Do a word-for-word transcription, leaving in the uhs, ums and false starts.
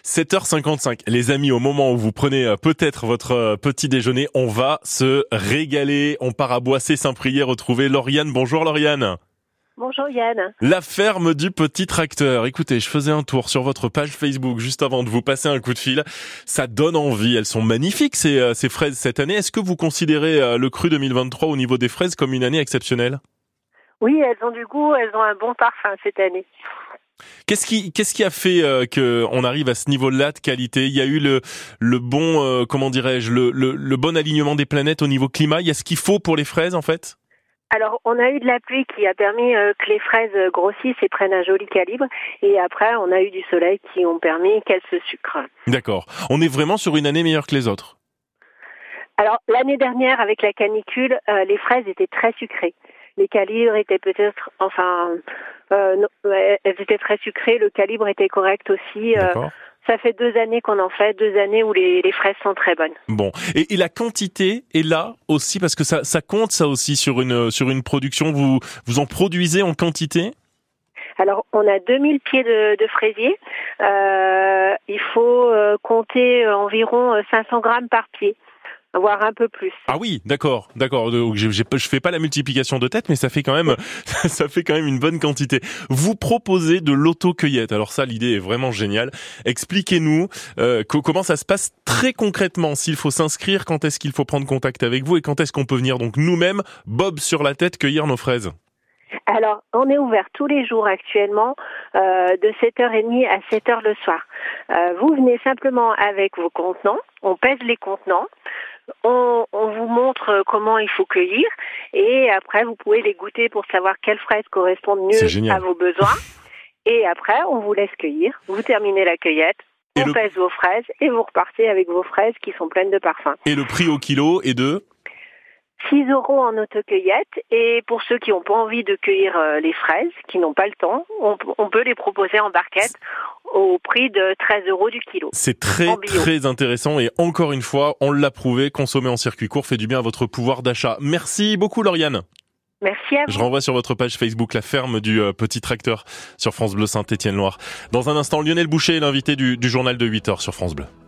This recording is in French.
sept heures cinquante-cinq. Les amis, au moment où vous prenez euh, peut-être votre euh, petit déjeuner, on va se régaler. On part à Boissé-Saint-Priest retrouver Lauriane. Bonjour Lauriane. Bonjour Yann. La ferme du petit tracteur. Écoutez, je faisais un tour sur votre page Facebook juste avant de vous passer un coup de fil. Ça donne envie. Elles sont magnifiques ces, euh, ces fraises cette année. Est-ce que vous considérez euh, le cru deux mille vingt-trois au niveau des fraises comme une année exceptionnelle ? Oui, elles ont du goût, elles ont un bon parfum cette année. Qu'est-ce qui, qu'est-ce qui a fait euh, que on arrive à ce niveau-là de qualité ? Il y a eu le, le bon, euh, comment dirais-je, le, le, le bon alignement des planètes au niveau climat. Il y a ce qu'il faut pour les fraises, en fait ? Alors, on a eu de la pluie qui a permis euh, que les fraises grossissent et prennent un joli calibre. Et après, on a eu du soleil qui ont permis qu'elles se sucrent. D'accord. On est vraiment sur une année meilleure que les autres ? Alors, l'année dernière, avec la canicule, euh, les fraises étaient très sucrées. Les calibres étaient peut-être, enfin, euh, non, elles étaient très sucrées. Le calibre était correct aussi. Euh, D'accord. ça fait deux années qu'on en fait, deux années où les, les fraises sont très bonnes. Bon. Et, et la quantité est là aussi parce que ça, ça compte ça aussi sur une, sur une production. Vous, vous en produisez en quantité ? Alors, on a deux mille pieds de, de fraisier. Euh, il faut euh, compter environ cinq cents grammes par pied, voire un peu plus. Ah oui, d'accord, d'accord. Donc, j'ai, j'ai, je fais pas la multiplication de tête, mais ça fait quand même, ça fait quand même une bonne quantité. Vous proposez de l'autocueillette. Alors ça, l'idée est vraiment géniale. Expliquez-nous euh, co- comment ça se passe très concrètement. S'il faut s'inscrire, quand est-ce qu'il faut prendre contact avec vous et quand est-ce qu'on peut venir donc nous-mêmes, bob sur la tête, cueillir nos fraises. Alors, on est ouvert tous les jours actuellement, euh, de sept heures trente à sept heures le soir. Euh, vous venez simplement avec vos contenants, on pèse les contenants, on, on vous montre comment il faut cueillir et après vous pouvez les goûter pour savoir quelles fraises correspondent mieux à vos besoins. Et après, on vous laisse cueillir, vous terminez la cueillette, et on le... pèse vos fraises et vous repartez avec vos fraises qui sont pleines de parfum. Et le prix au kilo est de six euros en autocueillette et pour ceux qui n'ont pas envie de cueillir euh, les fraises, qui n'ont pas le temps, on, on peut les proposer en barquette au prix de treize euros du kilo. C'est très très intéressant et encore une fois, on l'a prouvé, consommer en circuit court fait du bien à votre pouvoir d'achat. Merci beaucoup Lauriane. Merci à vous. Je renvoie sur votre page Facebook la ferme du euh, petit tracteur sur France Bleu Saint-Étienne-Loire. Dans un instant, Lionel Boucher est l'invité du, du journal de huit heures sur France Bleu.